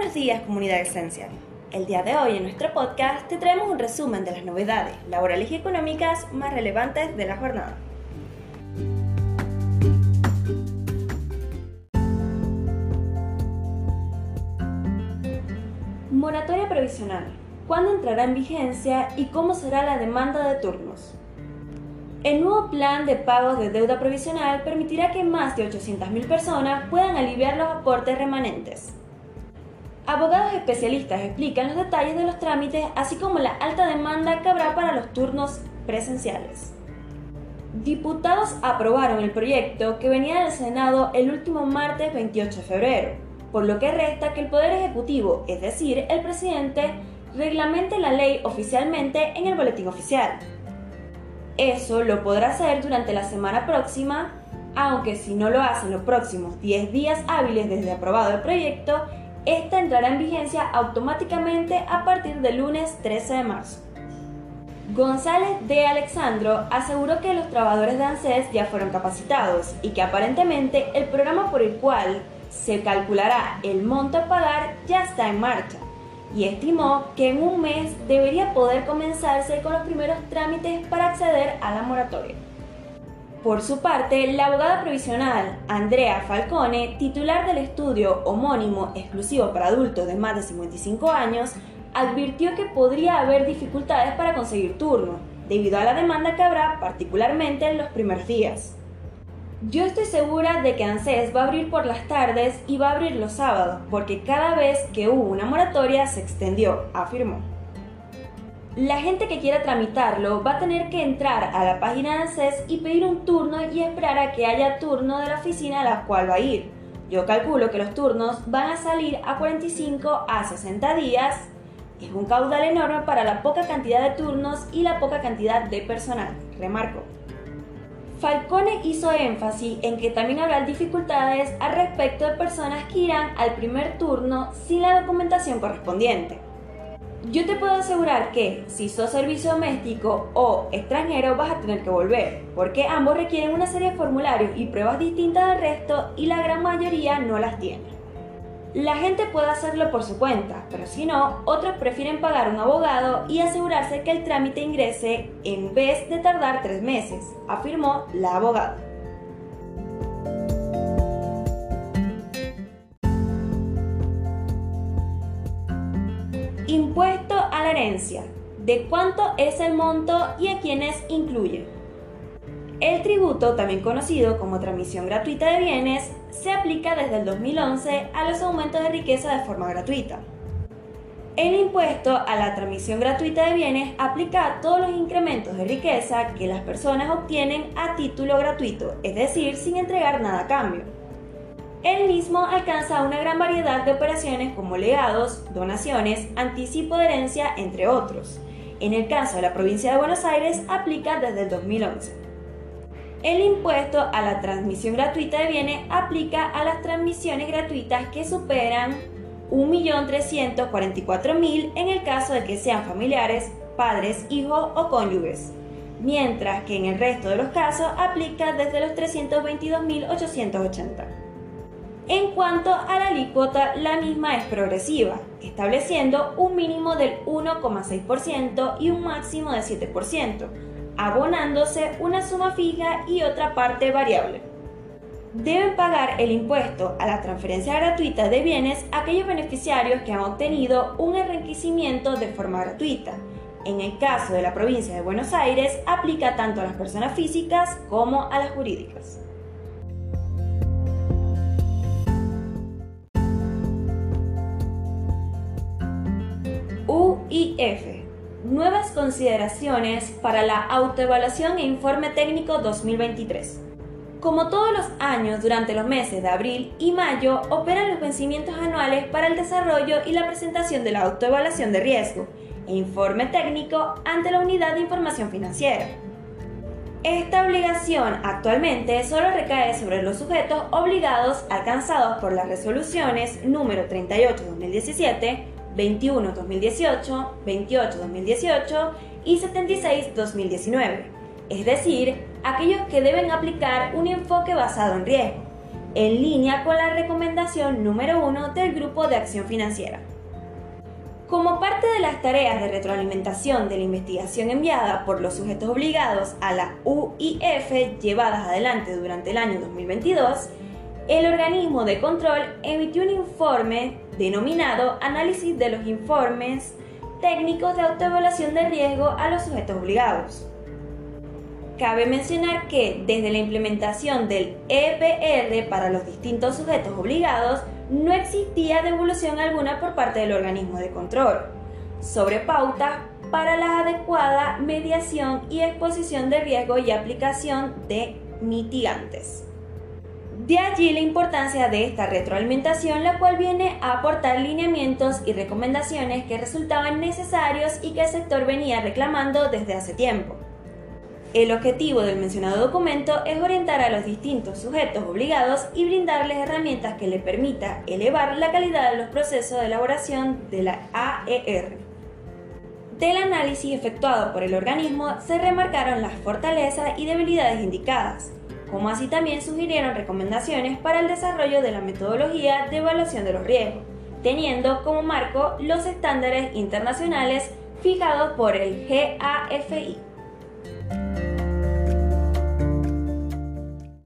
Buenos días, comunidad Esencial. El día de hoy en nuestro podcast te traemos un resumen de las novedades laborales y económicas más relevantes de la jornada. Moratoria provisional. ¿Cuándo entrará en vigencia y cómo será la demanda de turnos? El nuevo plan de pagos de deuda provisional permitirá que más de 800.000 personas puedan aliviar los aportes remanentes. Abogados especialistas explican los detalles de los trámites, así como la alta demanda que habrá para los turnos presenciales. Diputados aprobaron el proyecto que venía del Senado el último martes 28 de febrero, por lo que resta que el Poder Ejecutivo, es decir, el presidente, reglamente la ley oficialmente en el Boletín Oficial. Eso lo podrá hacer durante la semana próxima, aunque si no lo hace en los próximos 10 días hábiles desde aprobado el proyecto, esta entrará en vigencia automáticamente a partir del lunes 13 de marzo. González de Alexandro aseguró que los trabajadores de ANSES ya fueron capacitados y que aparentemente el programa por el cual se calculará el monto a pagar ya está en marcha, y estimó que en un mes debería poder comenzarse con los primeros trámites para acceder a la moratoria. Por su parte, la abogada provisional Andrea Falcone, titular del estudio homónimo exclusivo para adultos de más de 55 años, advirtió que podría haber dificultades para conseguir turno, debido a la demanda que habrá particularmente en los primeros días. Yo estoy segura de que ANSES va a abrir por las tardes y va a abrir los sábados, porque cada vez que hubo una moratoria se extendió, afirmó. La gente que quiera tramitarlo va a tener que entrar a la página de ANSES y pedir un turno y esperar a que haya turno de la oficina a la cual va a ir. Yo calculo que los turnos van a salir a 45 a 60 días. Es un caudal enorme para la poca cantidad de turnos y la poca cantidad de personal, remarcó. Falcone hizo énfasis en que también habrá dificultades al respecto de personas que irán al primer turno sin la documentación correspondiente. Yo te puedo asegurar que si sos servicio doméstico o extranjero vas a tener que volver, porque ambos requieren una serie de formularios y pruebas distintas del resto y la gran mayoría no las tiene. La gente puede hacerlo por su cuenta, pero si no, otros prefieren pagar un abogado y asegurarse que el trámite ingrese en vez de tardar 3 meses, afirmó la abogada. Impuesto a la herencia. ¿De cuánto es el monto y a quiénes incluye? El tributo, también conocido como transmisión gratuita de bienes, se aplica desde el 2011 a los aumentos de riqueza de forma gratuita. El impuesto a la transmisión gratuita de bienes aplica a todos los incrementos de riqueza que las personas obtienen a título gratuito, es decir, sin entregar nada a cambio. El mismo alcanza una gran variedad de operaciones como legados, donaciones, anticipo de herencia, entre otros. En el caso de la provincia de Buenos Aires, aplica desde el 2011. El impuesto a la transmisión gratuita de bienes aplica a las transmisiones gratuitas que superan 1.344.000 en el caso de que sean familiares, padres, hijos o cónyuges, mientras que en el resto de los casos aplica desde los 322.880. En cuanto a la alícuota, la misma es progresiva, estableciendo un mínimo del 1,6% y un máximo del 7%, abonándose una suma fija y otra parte variable. Deben pagar el impuesto a la transferencia gratuita de bienes aquellos beneficiarios que han obtenido un enriquecimiento de forma gratuita. En el caso de la provincia de Buenos Aires, aplica tanto a las personas físicas como a las jurídicas. UIF. Nuevas consideraciones para la autoevaluación e informe técnico 2023. Como todos los años, durante los meses de abril y mayo operan los vencimientos anuales para el desarrollo y la presentación de la autoevaluación de riesgo e informe técnico ante la Unidad de Información Financiera. Esta obligación actualmente solo recae sobre los sujetos obligados alcanzados por las resoluciones número 38/2017, 21/2018, 28/2018 y 76/2019, es decir, aquellos que deben aplicar un enfoque basado en riesgo. en línea con la recomendación número 1 del Grupo de Acción Financiera. Como parte de las tareas de retroalimentación de la investigación enviada por los sujetos obligados a la UIF llevadas adelante durante el año 2022, el organismo de control emitió un informe denominado Análisis de los informes técnicos de autoevaluación de riesgo a los sujetos obligados. Cabe mencionar que desde la implementación del EPR para los distintos sujetos obligados no existía devolución alguna por parte del organismo de control sobre pautas para la adecuada mediación y exposición de riesgo y aplicación de mitigantes. De allí la importancia de esta retroalimentación, la cual viene a aportar lineamientos y recomendaciones que resultaban necesarios y que el sector venía reclamando desde hace tiempo. El objetivo del mencionado documento es orientar a los distintos sujetos obligados y brindarles herramientas que les permita elevar la calidad de los procesos de elaboración de la AER. Del análisis efectuado por el organismo se remarcaron las fortalezas y debilidades indicadas, como así también sugirieron recomendaciones para el desarrollo de la metodología de evaluación de los riesgos, teniendo como marco los estándares internacionales fijados por el GAFI.